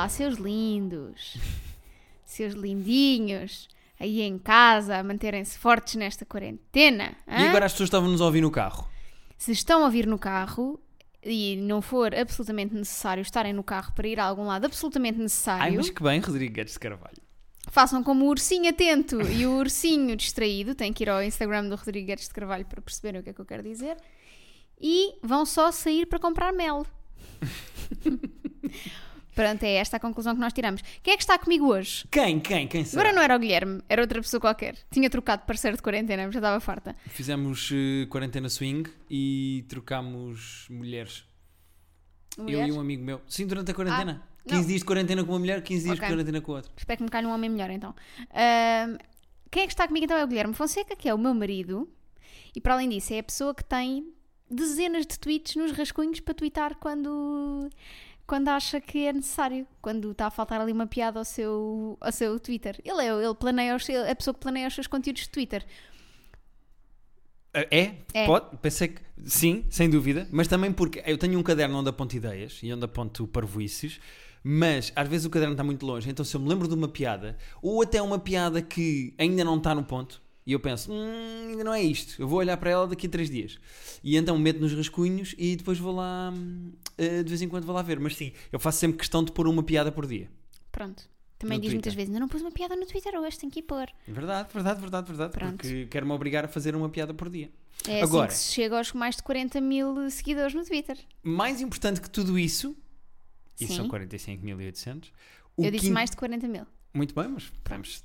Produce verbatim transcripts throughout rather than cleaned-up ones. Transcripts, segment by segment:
Olá, seus lindos, seus lindinhos, aí em casa, a manterem-se fortes nesta quarentena. Hein? E agora as pessoas estavam-nos a ouvir no carro. Se estão a ouvir no carro e não for absolutamente necessário estarem no carro para ir a algum lado absolutamente necessário... Ai, mas que bem, Rodrigo Guedes de Carvalho. Façam como o ursinho atento e o ursinho distraído. Têm que ir ao Instagram do Rodrigo Guedes de Carvalho para perceberem o que é que eu quero dizer. E vão só sair para comprar mel. Pronto, é esta a conclusão que nós tiramos. Quem é que está comigo hoje? Quem? Quem? Quem será? Agora não era o Guilherme, era outra pessoa qualquer. Tinha trocado de parceiro de quarentena, mas já estava farta. Fizemos uh, quarentena swing e trocámos mulheres. Mulheres? Eu e um amigo meu. Sim, durante a quarentena. Ah, quinze não. dias de quarentena com uma mulher, quinze dias Ok. de quarentena com outra. Espero que me calhe um homem melhor, então. Ahm, quem é que está comigo, então, é o Guilherme Fonseca, que é o meu marido. E, para além disso, é a pessoa que tem dezenas de tweets nos rascunhos para twittar quando, quando acha que é necessário. Quando está a faltar ali uma piada ao seu, ao seu Twitter. Ele é, ele planeia os, é a pessoa que planeia os seus conteúdos de Twitter. É? É. Pode? Pensei que sim, sem dúvida. Mas também porque eu tenho um caderno onde aponto ideias e onde aponto parvoíces. Mas às vezes o caderno está muito longe. Então se eu me lembro de uma piada, ou até uma piada que ainda não está no ponto, e eu penso, hum, ainda não é isto, eu vou olhar para ela daqui a três dias. E então meto nos rascunhos e depois vou lá, uh, de vez em quando vou lá ver. Mas sim, eu faço sempre questão de pôr uma piada por dia. Pronto. Também No diz Twitter. muitas vezes, ainda não pus uma piada no Twitter hoje, tenho que ir pôr. Verdade, verdade, verdade, verdade. Pronto. Porque quero-me obrigar a fazer uma piada por dia. É Agora, assim que se chega aos mais de quarenta mil seguidores no Twitter. mais importante que tudo isso, e Sim. são quarenta e cinco mil e oitocentos. Eu disse mais de quarenta mil. Muito bem, mas podemos...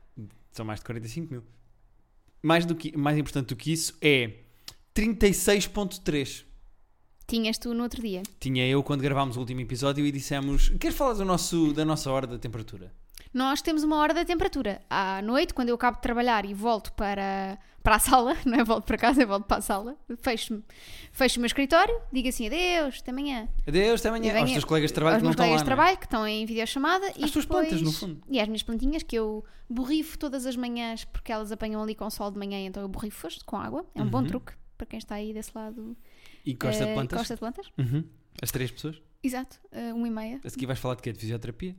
são mais de quarenta e cinco mil. Mais, do que, mais importante do que isso é trinta e seis vírgula três. Tinhas tu no outro dia. Tinha eu quando gravámos o último episódio e dissemos: queres falar do nosso, da nossa hora da temperatura? Nós temos uma hora da temperatura. À noite, quando eu acabo de trabalhar e volto para, para a sala, não é volto para casa, é volto para a sala, fecho-me, fecho o meu escritório, digo assim, adeus, até amanhã. Adeus, até amanhã. Eu venho- Aos teus colegas de trabalho aos que não meus estão lá, colegas de não é? trabalho que estão em videochamada. e Às tuas depois... plantas, no fundo. E às minhas plantinhas, que eu borrifo todas as manhãs, porque elas apanham ali com sol de manhã, então eu borrifo-as com água. É um bom Uhum. truque para quem está aí desse lado. E gosta de eh, plantas? Gosta de plantas? Uhum. As três pessoas? Exato, eh, uma e meia. A seguir vais falar de quê? De fisioterapia?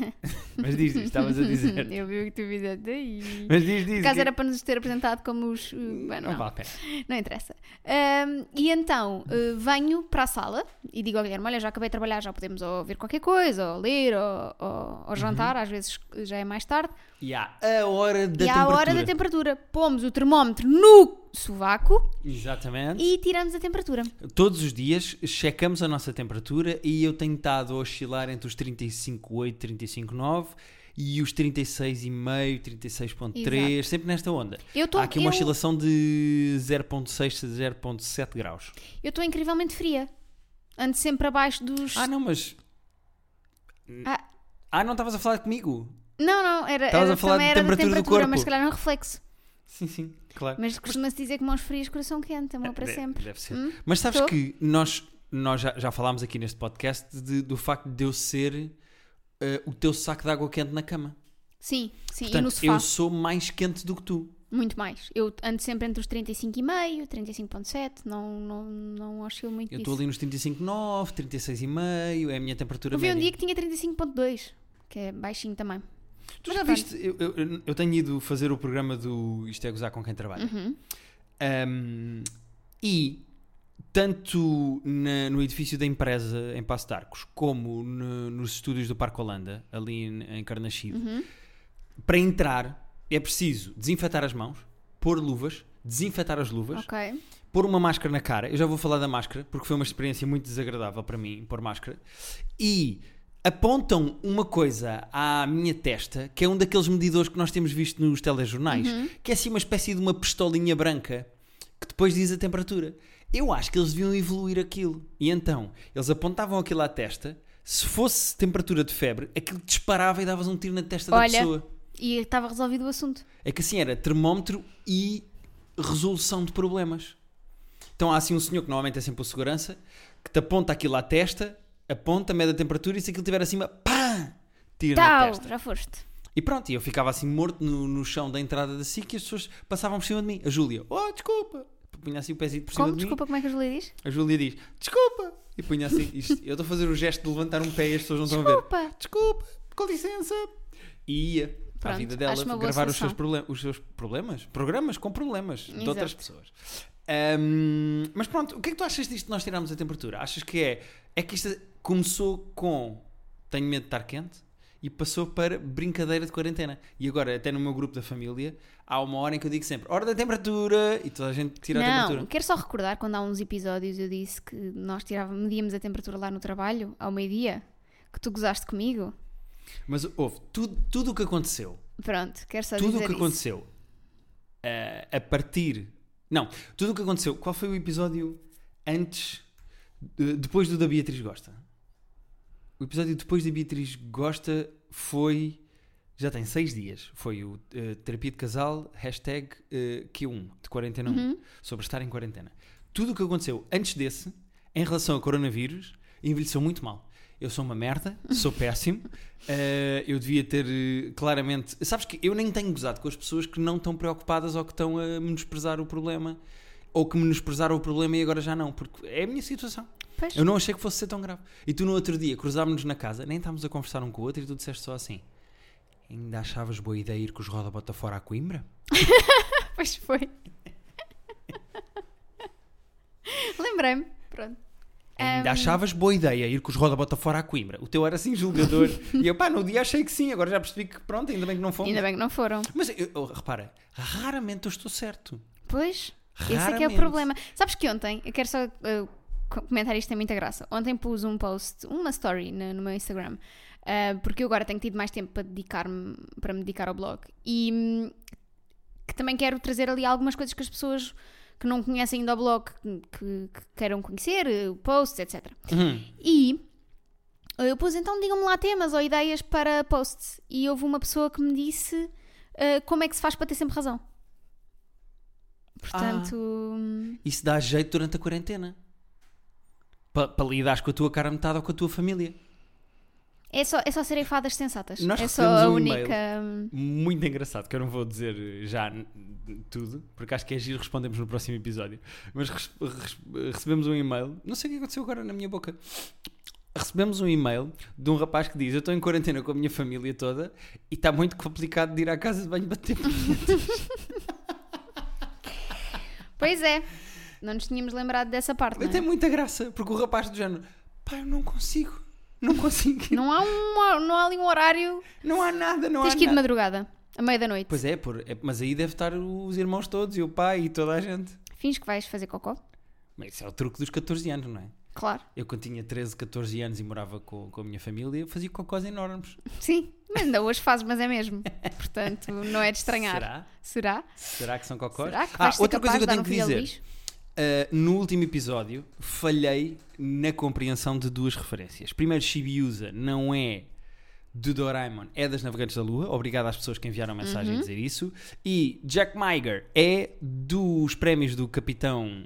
Mas diz, diz, estavas a dizer. Eu vi o que tu fizeste aí. Mas diz, diz. Por acaso que- era para nos ter apresentado como os... uh, bem, Não não, vale a pena. não interessa. Ahm, e então, uh, venho para a sala e digo ao Guilherme, olha, já acabei de trabalhar, já podemos ou ver qualquer coisa, ou ler, ou, ou, ou jantar, às vezes já é mais tarde. E há a hora da e à temperatura. hora da temperatura, pomos o termómetro no sovaco Exatamente. e tiramos a temperatura. Todos os dias checamos a nossa temperatura e eu tenho estado a oscilar entre os trinta e cinco vírgula oito, trinta e cinco vírgula nove e os trinta e seis vírgula cinco, trinta e seis vírgula três, sempre nesta onda. Eu tô- Há aqui uma eu- oscilação de zero vírgula seis a zero vírgula sete graus. Eu estou incrivelmente fria. Ando sempre abaixo dos... Ah, não, mas... Ah, Ah, não estavas a falar comigo? não, não, era, Estavas era, a falar também de era da temperatura do temperatura, corpo. mas se calhar não reflexo. Sim, sim, claro. Mas costuma-se dizer que mãos frias, coração quente, amor para Deve- sempre. Deve ser. Hum? Mas sabes Tô? que nós, nós já, já falámos aqui neste podcast de- do facto de eu ser eh, o teu saco de água quente na cama. Sim, sim, e Portanto, no sofá, eu sou mais quente do que tu. muito mais. Eu ando sempre entre os trinta e cinco vírgula cinco, trinta e cinco vírgula sete, não, não, não oscilo muito Eu disso. estou ali nos trinta e cinco vírgula nove, trinta e seis vírgula cinco, é a minha temperatura Eu vi um média. dia que tinha trinta e cinco vírgula dois, que é baixinho também. Tu já Mas viste, eu, eu, eu tenho ido fazer o programa do Isto é Gozar com Quem Trabalha. Uhum. Um, e tanto na- no edifício da empresa em Passo de Arcos como no- nos estúdios do Parque Holanda, ali em, em Carnaxide, Uhum. para entrar é preciso desinfetar as mãos, pôr luvas, desinfetar as luvas, Ok. pôr uma máscara na cara. Eu já vou falar da máscara porque foi uma experiência muito desagradável para mim pôr máscara. E apontam uma coisa à minha testa, que é um daqueles medidores que nós temos visto nos telejornais, que é assim uma espécie de uma pistolinha branca que depois diz a temperatura. Eu acho que eles deviam evoluir aquilo. E então, eles apontavam aquilo à testa, se fosse temperatura de febre, aquilo disparava e davas um tiro na testa Olha. da pessoa. E estava resolvido o assunto. É que assim era termómetro e resolução de problemas. Então há assim um senhor que normalmente é sempre o segurança, que te aponta aquilo à testa, aponta, mede a temperatura e se aquilo estiver acima, pá, tira na Tal, testa. já foste. E pronto, e eu ficava assim morto no, no chão da entrada da S I C e as pessoas passavam por cima de mim. A Júlia, oh, desculpa. Punha assim o pezinho por cima Como? de mim. Desculpa, como é que a Júlia diz? A Júlia diz, desculpa. E punha assim, isto, eu estou a fazer o gesto de levantar um pé e as pessoas não estão a ver. Desculpa. Desculpa, com licença. E ia para a Pronto, vida dela acho uma boa gravar os solução. seus, problem- os seus problemas, programas com problemas de outras Exato. pessoas. Ahm, mas pronto, o que é que tu achas disto de nós tirarmos a temperatura? Achas que é, é que isto começou com tenho medo de estar quente e passou para brincadeira de quarentena. E agora, até no meu grupo da família, há uma hora em que eu digo sempre hora da temperatura e toda a gente tira a Não, temperatura. quero só recordar quando há uns episódios eu disse que nós tirávamos, medíamos a temperatura lá no trabalho, ao meio-dia, que tu gozaste comigo. Mas houve tudo, tudo o que aconteceu. Pronto, quero só Tudo o dizer que isso. aconteceu eh, a partir. Não, tudo o que aconteceu. Qual foi o episódio antes. de- depois do da Beatriz Gosta? O episódio depois da Beatriz Gosta foi. Já tem seis dias. Foi o eh, Terapia de Casal, hashtag eh, Q um, de quarentena um, Uhum. sobre estar em quarentena. Tudo o que aconteceu antes desse, em relação ao coronavírus, envelheceu muito mal. Eu sou uma merda, sou péssimo. eh, eu devia ter eh, claramente. Sabes que eu nem tenho gozado com as pessoas que não estão preocupadas ou que estão a menosprezar o problema, ou que menosprezaram o problema e agora já não, porque é a minha situação. Pois. Eu não achei que fosse ser tão grave. E tu no outro dia cruzámos-nos na casa, nem estávamos a conversar um com o outro e tu disseste só assim: ainda achavas boa ideia ir com os roda bota fora à Coimbra? Pois foi. Lembrei-me. Pronto. Ainda Um, achavas boa ideia ir com os roda bota fora à Coimbra? O teu era assim julgador. E eu, pá, no dia achei que sim, agora já percebi que pronto, ainda bem que não fomos. Ainda bem que não foram. Mas eu, eu- repara, raramente eu estou certo. Pois, esse é que é o Raramente. problema. Sabes que ontem, eu quero só uh, co- comentar isto, tem muita graça. Ontem pus um post, uma story no, no meu Instagram, uh, porque eu agora tenho tido mais tempo para dedicar-me, para me dedicar ao blog. E hum, que também quero trazer ali algumas coisas que as pessoas que não conhecem ainda o blog que, que- que queiram conhecer, uh, posts, etcétera. Uhum. E eu pus, então digam-me lá temas ou ideias para posts. E houve uma pessoa que me disse uh, como é que se faz para ter sempre razão. Portanto, hum, Isso dá jeito durante a quarentena. Para pa lidares com a tua cara a metade ou com a tua família. é, só, é só serem fadas sensatas. Nós é só recebemos a um única. hum, Muito engraçado, que eu não vou dizer já n- tudo, porque acho que é giro, respondemos no próximo episódio. Mas res- res- recebemos um e-mail, não sei o que aconteceu agora na minha boca. Recebemos um e-mail de um rapaz que diz: eu estou em quarentena com a minha família toda e está muito complicado de ir à casa de banho bater punhetas. Pois é, não nos tínhamos lembrado dessa parte. Não, Tem é? muita graça, porque o rapaz do género: pá, eu não consigo, não consigo, não, há um, não há ali um horário. não há nada, não Tens há que ir de nada. madrugada, à meia da noite. Pois é, por, é, mas aí deve estar os irmãos todos e o pai e toda a gente. Fins que vais fazer cocó. Mas isso é o truque dos catorze anos, não é? Claro. Eu, quando tinha treze, catorze anos e morava com, com a minha família, fazia cocós enormes. Sim, mas ainda hoje fazes, mas é mesmo. Portanto, não é de estranhar. Será? Será? Será que são cocós? Será que Ah, vais ser outra coisa capaz que eu de dar tenho um que filho ao dizer. lixo? Uh, no último episódio, falhei na compreensão de duas referências. Primeiro, Shibiusa não é do Doraemon, é das Navegantes da Lua. Obrigado às pessoas que enviaram mensagem Uhum. a dizer isso. E Jack Myger é dos prémios do Capitão...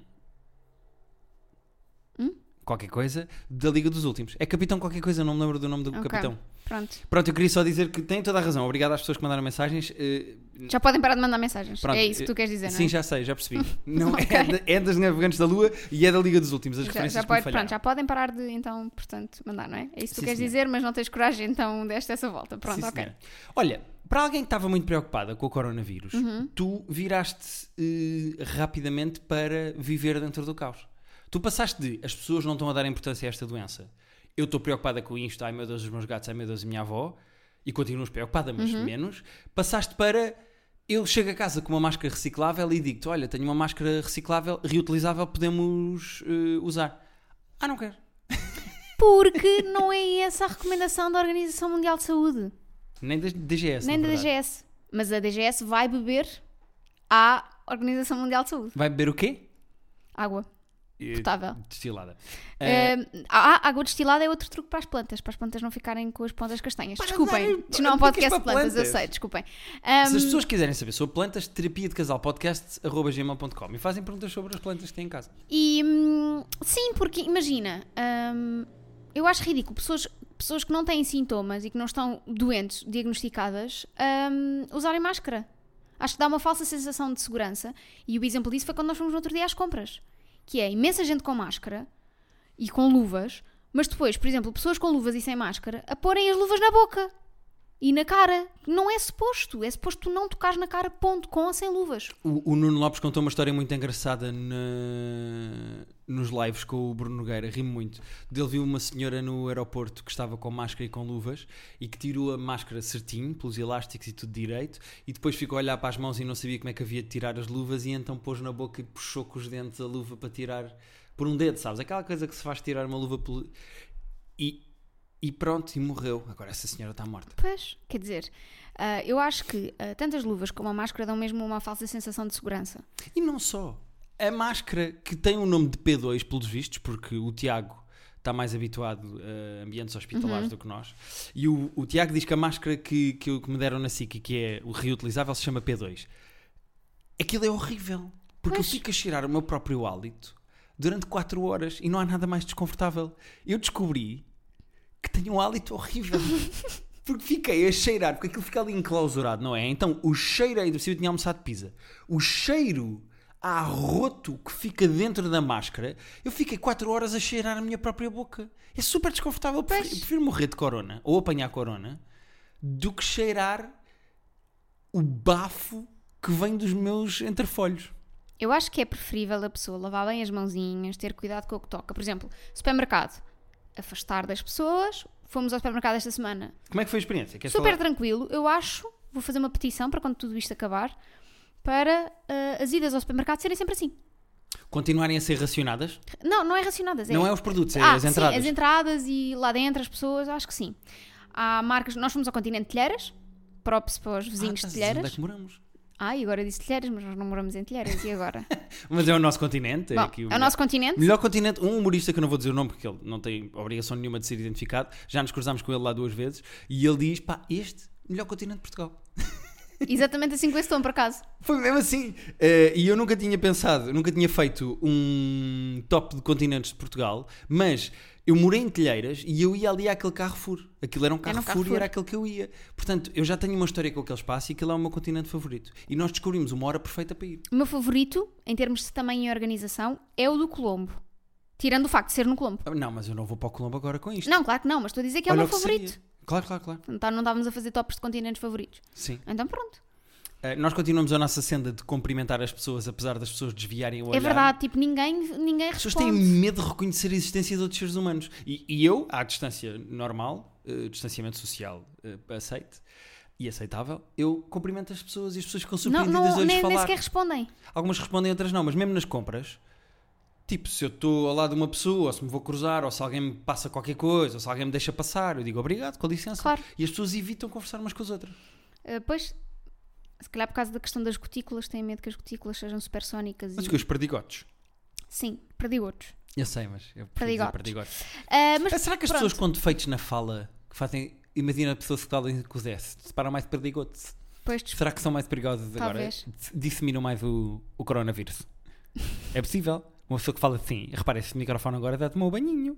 Hum? Qualquer coisa, da Liga dos Últimos. É Capitão qualquer coisa, não me lembro do nome do Ok. Capitão. Pronto. Pronto, eu queria só dizer que tem toda a razão. Obrigado às pessoas que mandaram mensagens. Uh, Já podem parar de mandar mensagens. Pronto, É isso que tu queres dizer, não é? Sim, já sei, já percebi. Não, Ok. é, da- é das Navegantes da Lua e é da Liga dos Últimos. As Já, referências já, que me pode, falharam. pronto, já podem parar de, então, portanto, mandar, não é? É isso que tu Sim, queres senhora. dizer, mas não tens coragem, então, deste essa volta. Pronto, Sim, ok. senhora. Olha, para alguém que estava muito preocupada com o coronavírus, Uhum. tu viraste eh, rapidamente para viver dentro do caos. Tu passaste de as pessoas não estão a dar importância a esta doença. Eu estou preocupada com isto, ai meu Deus, os meus gatos, ai meu Deus, a minha avó, e continuas preocupada, mas Uhum. menos. Passaste para eu chego a casa com uma máscara reciclável e digo-te: olha, tenho uma máscara reciclável, reutilizável, podemos eh, usar. Ah, não quero. Porque não é essa a recomendação da Organização Mundial de Saúde. Nem da D G S. Nem na da D verdade. G S. Mas a D G S vai beber à Organização Mundial de Saúde. Vai beber o quê? Água Eh, potável. Destilada. Eh, Ahm, a água destilada é outro truque para as plantas, para as plantas não ficarem com as pontas castanhas. Para Desculpem, dar- isto não é um dicas podcast para de plantas, eu plantas. sei, desculpem. Se Ahm, as pessoas quiserem saber sobre plantas, terapia de casal podcast arroba gmail ponto com e fazem perguntas sobre as plantas que têm em casa. E hum, sim, porque imagina, hum, eu acho ridículo pessoas, pessoas que não têm sintomas e que não estão doentes, diagnosticadas, hum, usarem máscara. Acho que dá uma falsa sensação de segurança. E o exemplo disso foi quando nós fomos no outro dia às compras. Que é imensa gente com máscara e com luvas, mas depois, por exemplo, pessoas com luvas e sem máscara a porem as luvas na boca e na cara. Não é suposto. É suposto tu não tocares na cara, ponto, com ou sem luvas. O, o Nuno Lopes contou uma história muito engraçada na, nos lives com o Bruno Nogueira. Rimo muito. Dele viu uma senhora no aeroporto que estava com máscara e com luvas e que tirou a máscara certinho, pelos elásticos e tudo direito, e depois ficou a olhar para as mãos e não sabia como é que havia de tirar as luvas, e então pôs na boca e puxou com os dentes a luva para tirar por um dedo, sabes? Aquela coisa que se faz tirar uma luva pelo... e... E pronto, e morreu. Agora essa senhora está morta. Pois, quer dizer, uh, eu acho que uh, tanto as luvas como a máscara dão mesmo uma falsa sensação de segurança. E não só. A máscara, que tem o nome de P dois, pelos vistos, porque o Tiago está mais habituado a ambientes hospitalares uhum. do que nós. E o, o Tiago diz que a máscara que, que, que me deram na S I C, que é o reutilizável, se chama P dois. Aquilo é horrível. Porque pois. Eu fico a cheirar o meu próprio hálito durante quatro horas e não há nada mais desconfortável. Eu descobri que tenho um hálito horrível. Porque fiquei a cheirar, porque aquilo fica ali enclausurado, não é? Então o cheiro, ainda eu tinha almoçado pizza, o cheiro a arroto que fica dentro da máscara, eu fiquei quatro horas a cheirar a minha própria boca. É super desconfortável. Eu prefiro, eu prefiro morrer de corona, ou apanhar corona, do que cheirar o bafo que vem dos meus entrefolhos. Eu acho que é preferível a pessoa lavar bem as mãozinhas, ter cuidado com o que toca. Por exemplo, supermercado. Afastar das pessoas. Fomos ao supermercado esta semana. Como é que foi a experiência? Queres Super falar? Tranquilo. Eu acho, vou fazer uma petição para quando tudo isto acabar, para uh, as idas ao supermercado serem sempre assim. Continuarem a ser racionadas? Não, não é racionadas. É... Não é os produtos, é ah, as entradas. Sim, as entradas e lá dentro as pessoas, acho que sim. Há marcas, nós fomos ao continente de Telheiras, props para os vizinhos ah, de Telheiras. Onde é que moramos? Ah, e agora disse Telheiras, mas nós não moramos em Telheiras, e agora? Mas é o nosso continente. É, Bom, aqui o é o melhor, nosso continente. melhor continente. Um humorista que eu não vou dizer o nome porque ele não tem obrigação nenhuma de ser identificado. Já nos cruzámos com ele lá duas vezes. E ele diz, pá, este, melhor continente de Portugal. Exatamente assim com esse tom, por acaso. Foi mesmo assim. Uh, e eu nunca tinha pensado, nunca tinha feito um top de continentes de Portugal, mas eu morei em Telheiras e eu ia ali àquele Carrefour. Aquilo era um Carrefour, era um Carrefour e era aquele que eu ia. Portanto, eu já tenho uma história com aquele espaço e aquele é o meu continente favorito. E nós descobrimos uma hora perfeita para ir. O meu favorito, em termos de tamanho e organização, é o do Colombo. Tirando o facto de ser no Colombo. Não, mas eu não vou para o Colombo agora com isto. Não, claro que não, mas estou a dizer que é Olha o meu favorito. Seria. Claro, claro, claro. Então não estávamos a fazer tops de continentes favoritos. Sim. Então pronto. Uh, nós continuamos a nossa senda de cumprimentar as pessoas, apesar das pessoas desviarem o olhar. É verdade, tipo, ninguém, ninguém responde. As pessoas têm medo de reconhecer a existência de outros seres humanos. E, e eu, à distância normal, uh, distanciamento social uh, aceite e aceitável, eu cumprimento as pessoas e as pessoas ficam surpreendidas não, não, de eu lhes nem, falar. nem sequer respondem. Algumas respondem, outras não, mas mesmo nas compras, tipo, se eu estou ao lado de uma pessoa, ou se me vou cruzar, ou se alguém me passa qualquer coisa, ou se alguém me deixa passar, eu digo obrigado, com licença. Claro. E as pessoas evitam conversar umas com as outras. Uh, pois... Se calhar por causa da questão das gotículas, têm medo que as gotículas sejam supersónicas. Mas e... que os perdigotes? Sim, perdigotes. Eu sei, mas eu perdigotes. perdigotes. Uh, mas Será que as pronto. pessoas com defeitos na fala que fazem... Imagina a pessoa que fala com o S, separam mais de perdigotes? Pois, Será que são mais perigosas talvez. Agora? Disseminam mais o, o coronavírus? É possível. Uma pessoa que fala assim, repara, esse microfone agora já tomou o banhinho.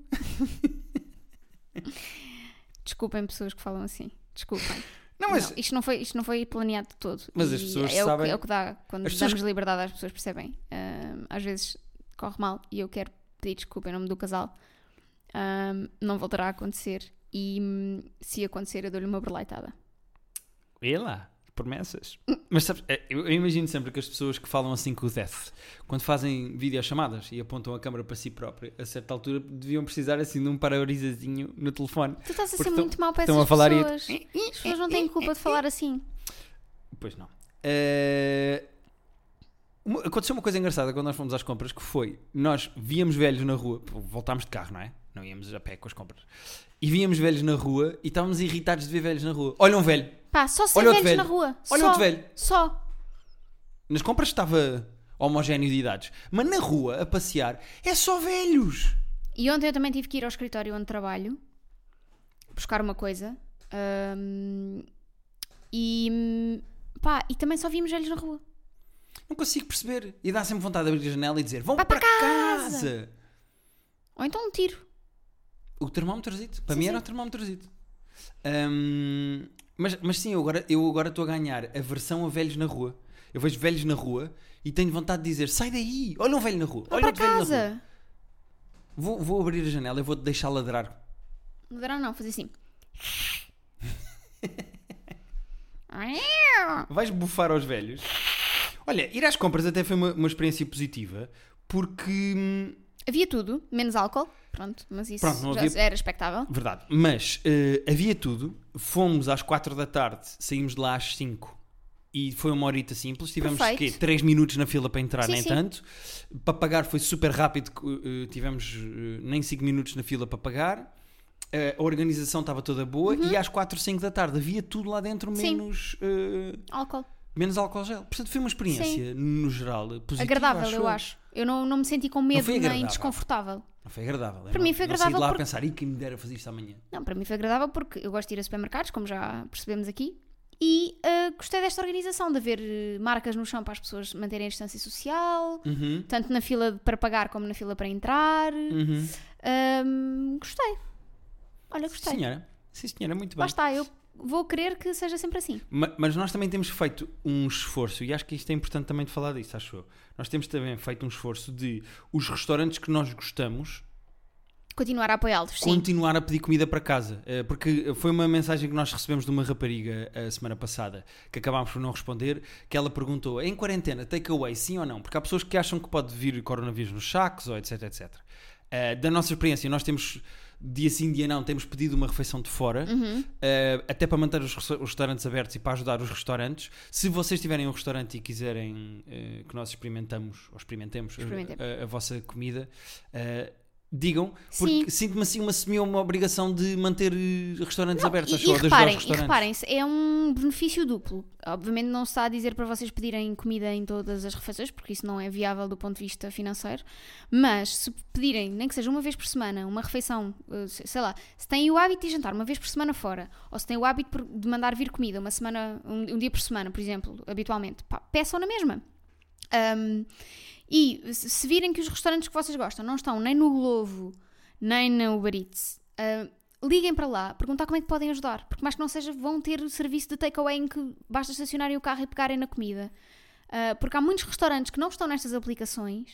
Desculpem pessoas que falam assim. Desculpem. Não, mas... não, isto, não foi, isto não foi planeado de todo. Mas e as pessoas é sabem... O que, é o que dá. Quando as damos pessoas... liberdade às pessoas, percebem. Um, às vezes corre mal e eu quero pedir desculpa em nome do casal. Um, não voltará a acontecer. E hum, se acontecer, eu dou-lhe uma berleitada. E lá, promessas. Mas sabes, eu, eu imagino sempre que as pessoas que falam assim com o S, quando fazem videochamadas e apontam a câmera para si própria, a certa altura deviam precisar assim de um para-brisazinho no telefone. Tu estás a ser Porque muito mau para essas essas a falar pessoas. E... As pessoas não têm culpa de falar assim. Pois não. Uh... Aconteceu uma coisa engraçada quando nós fomos às compras, que foi, nós víamos velhos na rua, voltámos de carro, não é? Não íamos a pé com as compras. E víamos velhos na rua e estávamos irritados de ver velhos na rua. Olha um velho. Pá, só ser Olha velhos velho. na rua. Olha só, outro velho. Só. Nas compras estava homogéneo de idades. Mas na rua, a passear, é só velhos. E ontem eu também tive que ir ao escritório onde trabalho buscar uma coisa. Um, e pá, e também só vimos velhos na rua. Não consigo perceber. E dá sempre vontade de abrir a janela e dizer, vão Vai para, para casa. casa. Ou então um tiro. O termómetrozito. Para sim, mim sim. era o termómetrozito. Um, mas, mas sim, eu agora, eu agora estou a ganhar a versão a velhos na rua. Eu vejo velhos na rua e tenho vontade de dizer, sai daí, olha um velho na rua. Vai olha para outro velho na casa. rua. Vou, vou abrir a janela e vou-te deixar ladrar. Ladrar não, fazer assim. Vais bufar aos velhos. Olha, ir às compras até foi uma, uma experiência positiva, porque... Havia tudo, menos álcool. Pronto, mas isso Pronto, não já havia... era expectável. Verdade. Mas uh, havia tudo. Fomos às quatro da tarde, saímos de lá às cinco. E foi uma horita simples. Tivemos quê? três minutos na fila para entrar, sim, nem sim. tanto. Para pagar foi super rápido. Uh, tivemos uh, nem cinco minutos na fila para pagar. Uh, a organização estava toda boa. Uhum. E às quatro, cinco da tarde havia tudo lá dentro, menos... Uh, álcool. Menos álcool gel. Portanto, foi uma experiência, sim. no geral, positiva. Agradável, acho eu acho. Eu não, não me senti com medo nem desconfortável. Não foi agradável. Para não, mim foi agradável. Não saí de lá porque... a pensar, e quem me dera fazer isto amanhã? Não, para mim foi agradável porque eu gosto de ir a supermercados, como já percebemos aqui. E uh, gostei desta organização, de haver marcas no chão para as pessoas manterem a distância social, uhum. tanto na fila para pagar como na fila para entrar. Uhum. Um, gostei. Olha, gostei. Sim, senhora. Sim, senhora, muito bem. Lá está, eu vou querer que seja sempre assim. Mas, mas nós também temos feito um esforço, e acho que isto é importante também de falar disso, acho eu. Nós temos também feito um esforço de os restaurantes que nós gostamos... Continuar a apoiá-los, sim. Continuar a pedir comida para casa. Porque foi uma mensagem que nós recebemos de uma rapariga a semana passada, que acabámos por não responder, que ela perguntou, em quarentena, takeaway, sim ou não? Porque há pessoas que acham que pode vir coronavírus nos sacos, ou etc, etcétera. Uh, da nossa experiência, nós temos, dia sim, dia não, temos pedido uma refeição de fora, uhum. uh, até para manter os, os restaurantes abertos e para ajudar os restaurantes. Se vocês tiverem um restaurante e quiserem uh, que nós experimentamos, ou experimentemos a, a, a vossa comida... Uh, digam, porque sim. sinto-me assim uma semi uma obrigação de manter restaurantes não, abertos, e, acho, e, ou reparem, e reparem-se, é um benefício duplo. Obviamente não se está a dizer para vocês pedirem comida em todas as refeições, porque isso não é viável do ponto de vista financeiro, mas se pedirem, nem que seja uma vez por semana, uma refeição, sei lá, se têm o hábito de jantar uma vez por semana fora, ou se têm o hábito de mandar vir comida uma semana, um, um dia por semana, por exemplo, habitualmente, pá, peçam na mesma. Um, E se virem que os restaurantes que vocês gostam não estão nem no Glovo, nem na Uber Eats, uh, liguem para lá, perguntar como é que podem ajudar. Porque mais que não seja, vão ter o serviço de takeaway em que basta estacionarem o carro e pegarem na comida. Uh, porque há muitos restaurantes que não estão nestas aplicações,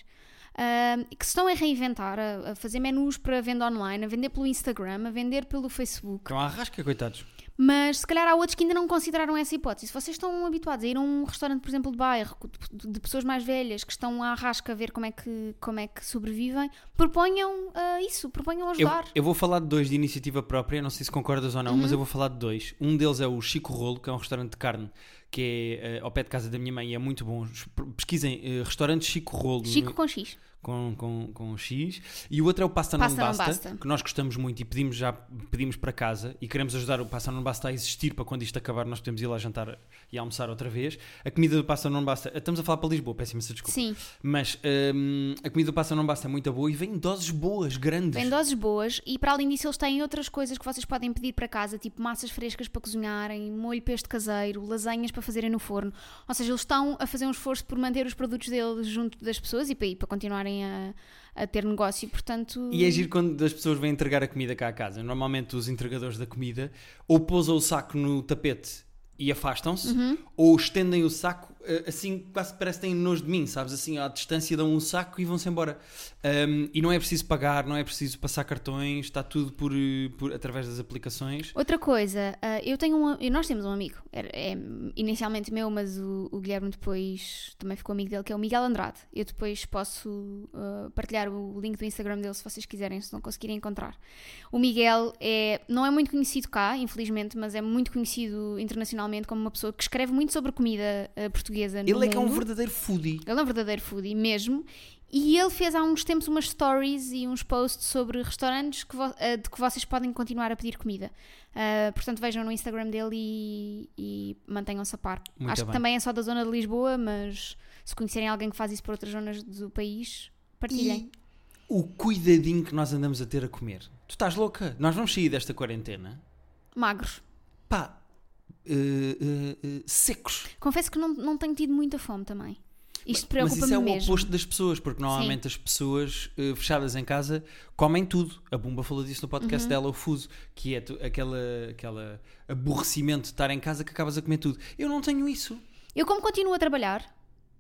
uh, que se estão a reinventar, a, a fazer menus para venda online, a vender pelo Instagram, a vender pelo Facebook. Estão à rasca, coitados. Mas se calhar há outros que ainda não consideraram essa hipótese. Se vocês estão habituados a ir a um restaurante, por exemplo, de bairro, de, de pessoas mais velhas que estão à rasca a ver como é que, como é que sobrevivem, proponham uh, isso, proponham ajudar. Eu, eu vou falar de dois de iniciativa própria, não sei se concordas ou não, uhum. mas eu vou falar de dois. Um deles é o Chico Rolo, que é um restaurante de carne que é uh, ao pé de casa da minha mãe e é muito bom. Pesquisem uh, restaurante Chico Rolo. Chico no... com X. Com, com, com X, e o outro é o Pasta, Pasta Não, não basta, basta, que nós gostamos muito e pedimos já pedimos para casa e queremos ajudar o Pasta Não Basta a existir para quando isto acabar nós podemos ir lá jantar e almoçar outra vez. A comida do Pasta Não Basta, estamos a falar para Lisboa, peço imensa desculpa. Sim. Mas um, a comida do Pasta Não Basta é muito boa e vem em doses boas, grandes. Vem em doses boas e para além disso eles têm outras coisas que vocês podem pedir para casa, tipo massas frescas para cozinharem, molho pesto caseiro, lasanhas para fazerem no forno. Ou seja, eles estão a fazer um esforço por manter os produtos deles junto das pessoas e para, para continuarem a a ter negócio, portanto... E é giro quando as pessoas vêm entregar a comida cá à casa. Normalmente os entregadores da comida ou pousam o saco no tapete e afastam-se, uhum. ou estendem o saco, assim, quase parece que têm nojo de mim, sabes? Assim, à distância dão um saco e vão-se embora. Um, e não é preciso pagar, não é preciso passar cartões, está tudo por, por, através das aplicações. Outra coisa, eu tenho um, nós temos um amigo, é, é inicialmente meu, mas o, o Guilherme depois também ficou amigo dele, que é o Miguel Andrade. Eu depois posso uh, partilhar o link do Instagram dele se vocês quiserem, se não conseguirem encontrar. O Miguel é, não é muito conhecido cá, infelizmente, mas é muito conhecido internacionalmente como uma pessoa que escreve muito sobre comida uh, portuguesa no Ele é mundo. que é um verdadeiro foodie. Ele é um verdadeiro foodie mesmo. E ele fez há uns tempos umas stories e uns posts sobre restaurantes que vo- uh, de que vocês podem continuar a pedir comida. Uh, portanto, vejam no Instagram dele e, e mantenham-se a par. Muito Acho bem. que também é só da zona de Lisboa, mas se conhecerem alguém que faz isso para outras zonas do país, partilhem. E o cuidadinho que nós andamos a ter a comer. Tu estás louca? Nós vamos sair desta quarentena. Magros. Pá, uh, uh, uh, secos. Confesso que não, não tenho tido muita fome também. Isto Mas preocupa-me isso é o mesmo. oposto das pessoas, porque normalmente Sim. as pessoas uh, fechadas em casa comem tudo. A Bumba falou disso no podcast uhum. dela, o Fuso, que é tu, aquela, aquela aborrecimento de estar em casa que acabas a comer tudo. Eu não tenho isso. Eu como continuo a trabalhar,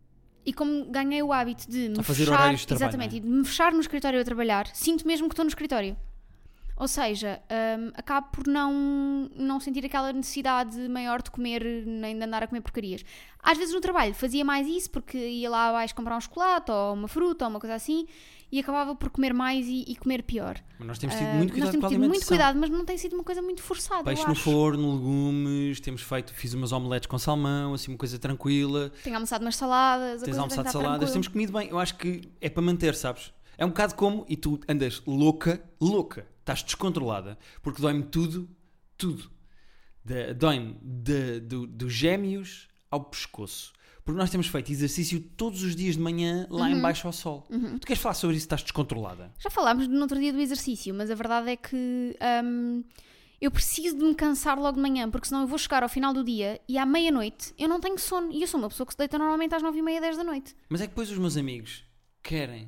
e como ganhei o hábito de me A fazer fechar, horários de trabalho, exatamente, não é? e de me fechar no escritório a trabalhar, sinto mesmo que estou no escritório. Ou seja, hum, acabo por não, não sentir aquela necessidade maior de comer, nem de andar a comer porcarias. Às vezes no trabalho fazia mais isso, porque ia lá abaixo comprar um chocolate, ou uma fruta, ou uma coisa assim, e acabava por comer mais e, e comer pior. Mas nós temos tido Uh, muito nós cuidado temos com a tido muito alimentação. cuidado, mas não tem sido uma coisa muito forçada, Peixe eu no acho. forno, legumes, temos feito, fiz umas omeletes com salmão, assim uma coisa tranquila. Tenho almoçado umas saladas, a Tens coisa almoçado tem que estar saladas, tranquila. temos comido bem. Eu acho que é para manter, sabes? É um bocado como, e tu andas louca, louca, estás descontrolada, porque dói-me tudo, tudo. De- Dói-me de- do- dos gêmeos ao pescoço. Porque nós temos feito exercício todos os dias de manhã lá Uhum. em baixo ao sol. Tu queres falar sobre isso? Estás descontrolada? Já falámos no outro dia do exercício, mas a verdade é que hum, eu preciso de me cansar logo de manhã, porque senão eu vou chegar ao final do dia e à meia-noite eu não tenho sono. E eu sou uma pessoa que se deita normalmente às nove e meia, dez da noite. Mas é que depois os meus amigos querem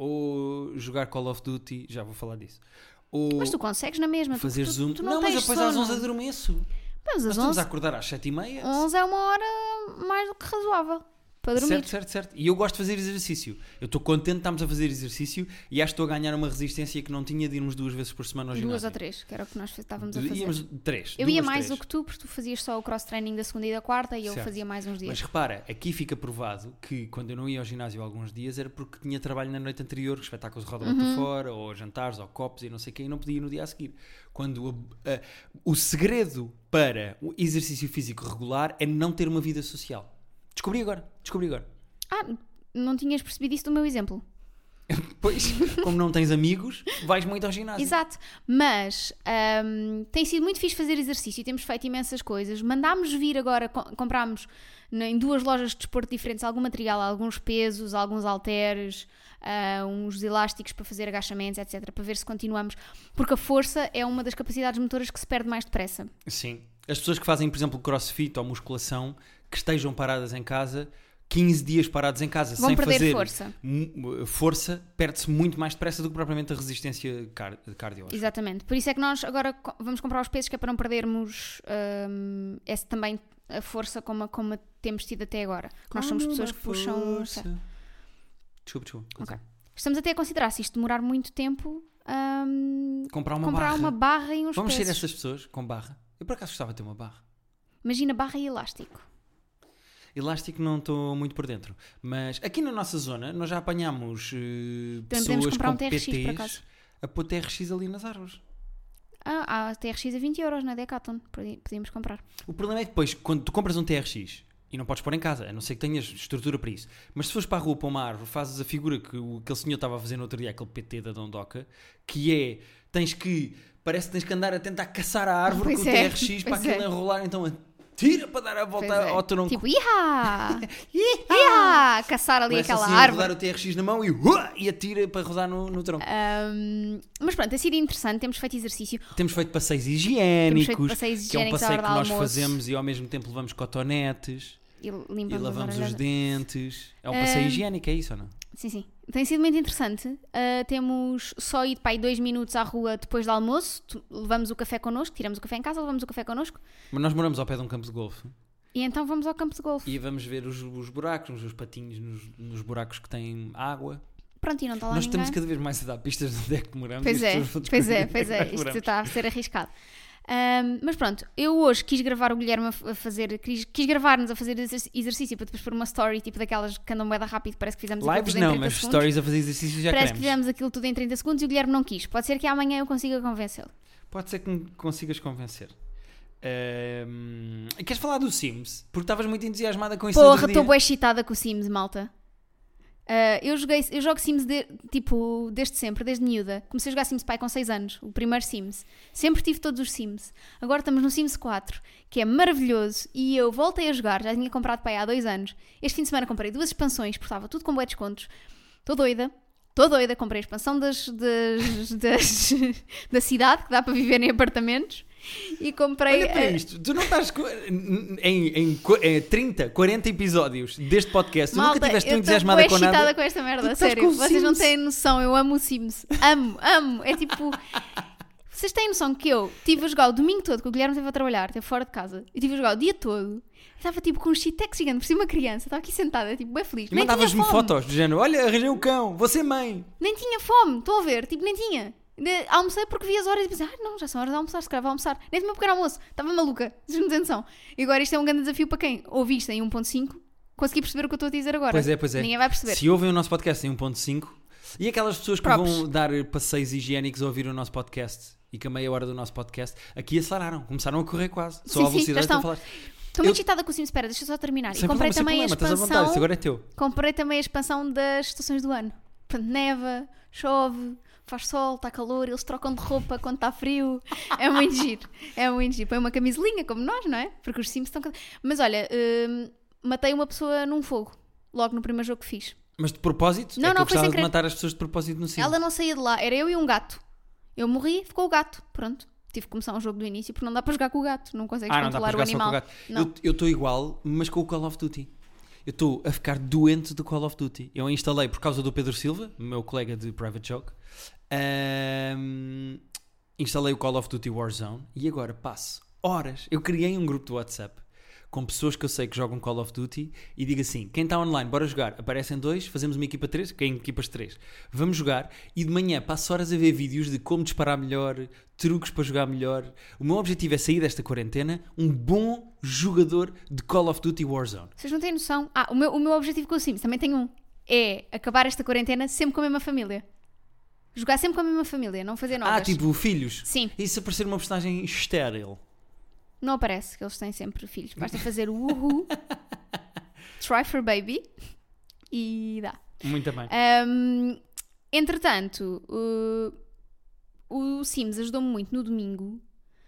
ou jogar Call of Duty, já vou falar disso, ou Mas tu consegues na mesma. fazer tu, tu, Zoom. Tu não, não, mas tens depois sono. às onze adormeço. Mas Nós às estamos onze, a acordar às sete e meia. onze é uma hora mais do que razoável para dormir. Certo, certo, certo. E eu gosto de fazer exercício. Eu estou contente de estarmos a fazer exercício e acho que estou a ganhar uma resistência que não tinha de irmos duas vezes por semana ao Duas ginásio. ou três, que era o que nós estávamos a fazer. Íamos três. Eu ia duas, mais três. do que tu, porque tu fazias só o cross-training da segunda e da quarta e eu Certo. fazia mais uns dias. Mas repara, aqui fica provado que quando eu não ia ao ginásio alguns dias era porque tinha trabalho na noite anterior, espetáculos de roda lá Uhum. para fora, ou jantares, ou copos e não sei o quê, e não podia ir no dia a seguir. Quando a- a- o segredo para o exercício físico regular é não ter uma vida social. Descobri agora, descobri agora. Ah, não tinhas percebido isso do meu exemplo. Pois, como não tens amigos, vais muito ao ginásio. Exato, mas hum, tem sido muito fixe fazer exercício e temos feito imensas coisas. Mandámos vir agora, co- comprámos na- em duas lojas de desporto diferentes algum material, alguns pesos, alguns halteres, ah, uns elásticos para fazer agachamentos, etcétera, para ver se continuamos, porque a força é uma das capacidades motoras que se perde mais depressa. Sim. As pessoas que fazem, por exemplo, crossfit ou musculação, que estejam paradas em casa, quinze dias parados em casa, Vão sem perder fazer força. mu- força, perde-se muito mais depressa do que propriamente a resistência car cardiológica. Exatamente, por isso é que nós agora co- vamos comprar os pesos, que é para não perdermos hum, essa também a força como, a- como a temos tido até agora. Nós somos Como pessoas uma que puxam... força. Desculpa, desculpa. Ok. continua. Estamos até a considerar, se isto demorar muito tempo, hum, Comprar uma comprar barra. uma barra e uns Vamos ser pesos. essas pessoas com barra. Eu por acaso gostava de ter uma barra. Imagina barra e elástico. Elástico não estou muito por dentro. Mas aqui na nossa zona nós já apanhámos uh, Também podemos pessoas comprar com um T R X, por P acaso. Ts a pôr T R X ali nas árvores. Ah, há T R X a vinte euros na Decathlon, podi- podíamos comprar. O problema é que depois, quando tu compras um T R X e não podes pôr em casa, a não ser que tenhas estrutura para isso, mas se fores para a rua para uma árvore, fazes a figura que o, aquele senhor estava a fazer no outro dia, aquele P T da Dondoca, que é, tens que, parece que tens que andar a tentar caçar a árvore Pois com o é, T R X para pois aquilo é. enrolar, então tira para dar a volta Pois é. ao tronco. Tipo, ihá! ihá! Caçar ali Começa aquela assim a árvore. rodar o T R X na mão e, uá, e atira para rodar no, no tronco. Hum, mas pronto, tem sido interessante, temos feito exercício. Temos feito passeios Temos higiênicos, feito passeios que é um higiênicos à passeio hora que do nós almoço. fazemos e ao mesmo tempo levamos cotonetes E e limpamos lavamos as os orelhas. dentes. É um passeio Ah, higiênico, é isso ou não? Sim, sim. Tem sido muito interessante. Uh, temos só ido para aí dois minutos à rua depois do almoço. Tu- levamos o café connosco, tiramos o café em casa, levamos o café connosco. Mas nós moramos ao pé de um campo de golfe E então vamos ao campo de golfe. e vamos ver os, os buracos, os patinhos nos, nos buracos que têm água. Pronto, e não está lá Nós ninguém. estamos cada vez mais a dar pistas de onde é que moramos. Pois e as é, pessoas vão pois é, descobrir pois onde é. que Isto moramos. está a ser arriscado. Um, mas pronto, eu hoje quis gravar o Guilherme a f- a fazer, quis, quis gravar-nos a fazer exerc- exercício para depois pôr uma story, tipo daquelas que andam bem rápido, parece que fizemos aquilo Lives tudo em não, trinta mas segundos. stories a fazer exercício já Parece que queremos. fizemos aquilo tudo em trinta segundos e o Guilherme não quis. Pode ser que amanhã eu consiga convencê-lo. Pode ser que me consigas convencer. Ahm, queres falar do Sims? Porque estavas muito entusiasmada com isso Porra, outro dia. estou bem excitada com o Sims, malta. Uh, eu, joguei, eu jogo Sims de- tipo, desde sempre, desde miúda. Comecei a jogar Sims pai com seis anos, o primeiro Sims. Sempre tive todos os Sims. Agora estamos no Sims quatro, que é maravilhoso. E eu voltei a jogar, já tinha comprado pai há dois anos. Este fim de semana comprei duas expansões, porque estava tudo com bué descontos. Estou doida, estou doida. Comprei a expansão das, das, das- da cidade, que dá para viver em apartamentos. E comprei. Olha para a- isto, tu não estás co- em, em, co- em trinta, quarenta episódios deste podcast, tu nunca Malta, estiveste tão eu entusiasmada estou com excitada nada. com esta merda, Tu a estás sério. com o Vocês não Sims. têm noção, eu amo o Sims. Amo, amo. É tipo... Vocês têm noção que eu estive a jogar o domingo todo, que o Guilherme esteve a trabalhar, esteve fora de casa. Eu estive a jogar o dia todo Estava tipo com um shitex gigante, por cima uma criança, estava aqui sentada, tipo, bem feliz. E Nem tinha mandavas-me fome. fotos do género, olha, arranjei um cão, vou ser mãe. Nem tinha fome, estou a ver, tipo, nem tinha. De, almocei porque vi as horas e pensei, ah, não, já são horas de almoçar, se calhar vou almoçar. Nem tomei um pequeno almoço, estava maluca, vocês não têm noção. E agora isto é um grande desafio para quem ouviste em um ponto cinco, consegui perceber o que eu estou a dizer agora. Pois é, pois é. Ninguém vai perceber. Se ouvem o nosso podcast em um ponto cinco, e aquelas pessoas que Próprios. vão dar passeios higiênicos a ouvir o nosso podcast e que a meia hora do nosso podcast, aqui aceleraram, começaram a correr quase. Só Sim, a sim, velocidade já que estou a estão. falar. Estou muito Eu- excitada com o Sims, espera, deixa eu só terminar. Sem e comprei problema, sem também problema, a estás à expansão. vontade, isso agora é teu. Comprei também a expansão das estações do ano. Portanto, neva, chove, faz sol, está calor, eles trocam de roupa quando está frio. É muito giro. É muito giro. Põe uma camisolinha como nós, não é? Porque os Sims estão. Mas olha, hum, matei uma pessoa num fogo. Logo no primeiro jogo que fiz. Mas de propósito? Não, é que não, eu foi sem gostava de querer. matar as pessoas de propósito no Sims. Ela não saía de lá. Era eu e um gato. Eu morri, ficou o gato. Pronto. Tive que começar um jogo do início porque não dá para jogar com o gato. Não consegues Ah, não dá para controlar o jogar só com animal. o gato. Não. Eu- Eu estou igual, mas com o Call of Duty. Eu estou a ficar doente do Call of Duty. Eu instalei por causa do Pedro Silva, meu colega de Private Joke. ahm, instalei o Call of Duty Warzone e agora passo horas. Eu criei um grupo do WhatsApp com pessoas que eu sei que jogam Call of Duty e digo assim, quem está online, bora jogar. Aparecem dois, fazemos uma equipa de três, quem equipas de três. Vamos jogar e de manhã passo horas a ver vídeos de como disparar melhor, truques para jogar melhor. O meu objetivo é sair desta quarentena um bom jogador de Call of Duty Warzone. Vocês não têm noção. Ah, o meu, o meu objetivo com o Sims também tem um. É acabar esta quarentena sempre com a mesma família. Jogar sempre com a mesma família, não fazer novas. Ah, tipo filhos? Sim. E se aparecer uma personagem estéril? Não aparece que eles têm sempre filhos. Basta fazer o uhu, try for baby e dá. Muito bem. Um, entretanto, o, o Sims ajudou-me muito no domingo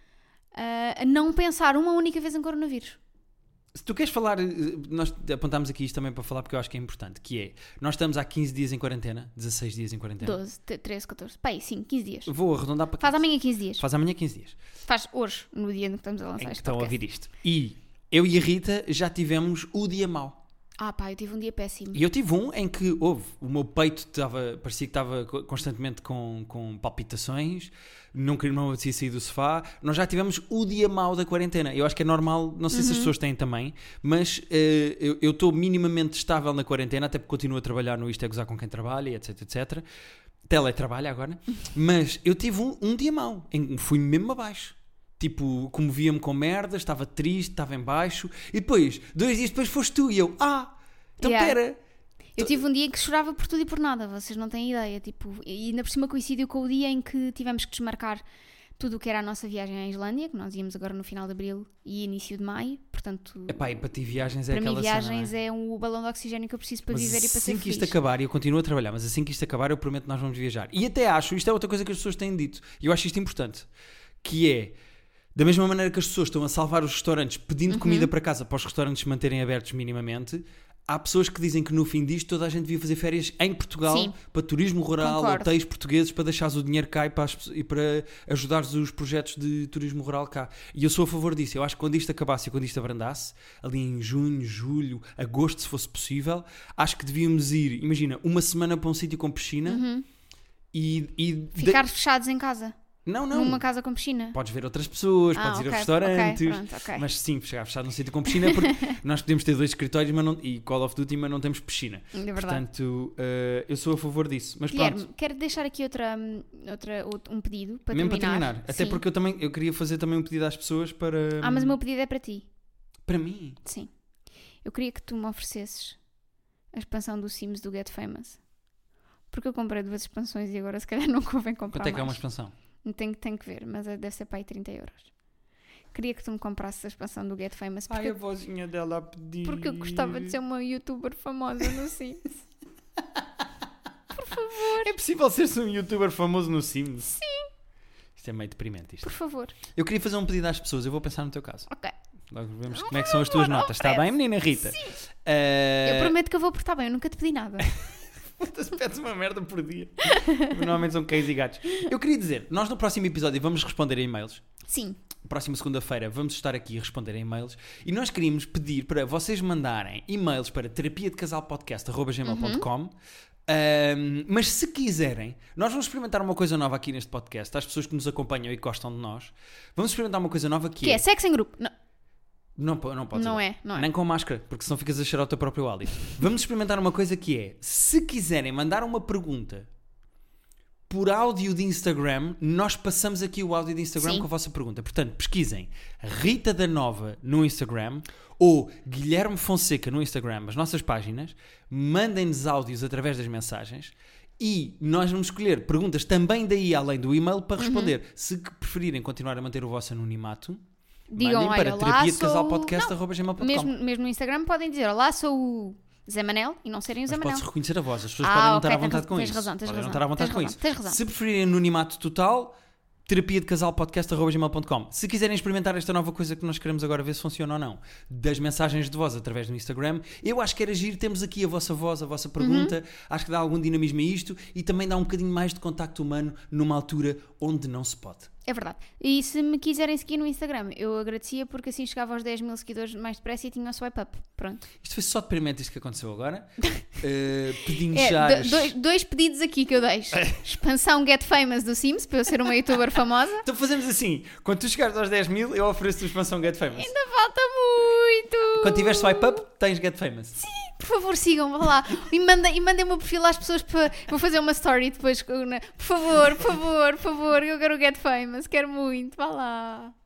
uh, a não pensar uma única vez em coronavírus. Se tu queres falar, eh, nós apontámos aqui isto também para falar porque eu acho que é importante, que é, nós estamos há quinze dias em quarentena, dezasseis dias em quarentena. doze, treze, catorze. Pá, aí, sim, quinze dias. Vou arredondar para Faz quinze. amanhã quinze dias. Faz amanhã quinze dias. Faz hoje, no dia em que estamos a Em lançar que este estão a podcast. ouvir isto. E eu e a Rita já tivemos o dia mau. Ah pá, eu tive um dia péssimo. E eu tive um em que houve, o meu peito estava, parecia que estava co- constantemente com, com palpitações, não queria não apetecia sair do sofá. Nós já tivemos o dia mau da quarentena. Eu acho que é normal, não sei se as pessoas têm também, mas eh, eu eu estou minimamente estável na quarentena, até porque continuo a trabalhar no Isto é Gozar com quem trabalha, etc, etcétera. Teletrabalho agora. Mas eu tive um, um dia mau, em que fui mesmo abaixo. Tipo, comovia-me com merda, estava triste, estava em baixo. E depois, dois dias depois foste tu e eu, ah, então Yeah. pera. Eu tive um dia em que chorava por tudo e por nada, vocês não têm ideia. Tipo, e ainda por cima coincidiu com o dia em que tivemos que desmarcar tudo o que era a nossa viagem à Islândia, que nós íamos agora no final de abril e início de maio. Portanto, Epá, e para ti viagens é para mim aquela viagens cena, não é? é um balão de oxigênio que eu preciso para Mas viver e para ser assim que feliz. isto acabar, e eu continuo a trabalhar, mas assim que isto acabar eu prometo que nós vamos viajar. E até acho, isto é outra coisa que as pessoas têm dito, e eu acho isto importante, que é, da mesma maneira que as pessoas estão a salvar os restaurantes pedindo Uhum. comida para casa para os restaurantes se manterem abertos minimamente, há pessoas que dizem que no fim disto toda a gente devia fazer férias em Portugal, Sim. para turismo rural, Concordo. hotéis portugueses, para deixares o dinheiro cá e para, as pessoas- e para ajudares os projetos de turismo rural cá. E eu sou a favor disso. Eu acho que quando isto acabasse e quando isto abrandasse, ali em junho, julho, agosto, se fosse possível, acho que devíamos ir, imagina, uma semana para um sítio com piscina e... e de- Ficar fechados em casa, Não, não. numa casa com piscina. Podes ver outras pessoas, Ah, podes ir a ok, restaurantes, ok, pronto, ok. mas sim, chegar fechado num sítio com piscina, porque nós podemos ter dois escritórios mas não, e Call of Duty, mas não temos piscina. É verdade. Portanto, eh, eu sou a favor disso. Mas Guilherme, pronto, quero deixar aqui outra, outra, outro- um pedido para mesmo terminar. para terminar. Até Sim. porque eu também eu queria fazer também um pedido às pessoas para. Ah, mas o meu pedido é para ti. Para mim. Sim. Eu queria que tu me oferecesses a expansão do Sims do Get Famous. Porque eu comprei duas expansões e agora se calhar não convém comprar Quanto é que é uma mais. expansão? Tenho, tenho que ver, mas deve ser para aí trinta euros. Queria que tu me comprasses a expansão do Get Famous porque, Ai, a vozinha dela a pedir. porque eu gostava de ser uma youtuber famosa no Sims. Por favor, É possível ser-se um youtuber famoso no Sims? Sim. Isto é meio deprimente isto. por favor. Eu queria fazer um pedido às pessoas, eu vou pensar no teu caso. Ok. Logo vemos como é que são as tuas favor, notas. Está oferece. bem, menina Rita? Sim. Eh, Eu prometo que eu vou portar bem, eu nunca te pedi nada. Puta, pedes uma merda por dia. Normalmente são cães e gatos. Eu queria dizer, nós no próximo episódio vamos responder a e-mails. Sim. Próxima segunda-feira vamos estar aqui a responder a e-mails. E nós queríamos pedir para vocês mandarem e-mails para terapia de casal podcast arroba gmail ponto com. Um, mas se quiserem, nós vamos experimentar uma coisa nova aqui neste podcast. Às pessoas que nos acompanham e gostam de nós, vamos experimentar uma coisa nova que, Que é sexo em grupo. Não. Não, po- não pode Não usar. é, não é. Nem com máscara, porque senão ficas a cheirar o teu próprio hálito. Vamos experimentar uma coisa que é, se quiserem mandar uma pergunta por áudio de Instagram, nós passamos aqui o áudio de Instagram Sim. com a vossa pergunta. Portanto, pesquisem Rita da Nova no Instagram ou Guilherme Fonseca no Instagram, as nossas páginas, mandem-nos áudios através das mensagens e nós vamos escolher perguntas também daí além do e-mail para responder. Uhum. Se preferirem continuar a manter o vosso anonimato, Digam, mandem para olha, terapia lá de casal sou- podcast arroba gmail ponto com. Mesmo, mesmo no Instagram podem dizer, olá, sou o Zé Manel, e não serem o Zé Mas Manel. pode-se reconhecer a voz, as pessoas Ah, podem não ok, estar à tens vontade com tens isso. razão, tens podem razão, não estar à vontade tens com razão, isso. tens razão. Se preferirem anonimato total, terapia de casal podcast arroba gmail ponto com. Se quiserem experimentar esta nova coisa que nós queremos agora ver se funciona ou não, das mensagens de voz através do Instagram, eu acho que era giro, temos aqui a vossa voz, a vossa pergunta, Uhum. acho que dá algum dinamismo a isto e também dá um bocadinho mais de contacto humano numa altura onde não se pode. É verdade. E se me quiserem seguir no Instagram, eu agradecia porque assim chegava aos dez mil seguidores mais depressa e tinha o swipe up. Pronto. Isto foi só deprimente isto que aconteceu agora. Uh, pedinhos É, já do- as- dois, dois pedidos aqui que eu deixo. Expansão Get Famous do Sims, para eu ser uma youtuber famosa. Então fazemos assim, quando tu chegares aos dez mil, eu ofereço-te a expansão Get Famous. Ainda falta muito. Quando tiveres swipe up, tens Get Famous. Por favor, sigam, vá lá. E mandem, e mandem o meu perfil às pessoas para. Vou fazer uma story depois. com- na- Por favor, por favor, por favor. Eu quero o Get Famous. Quero muito. Vá lá.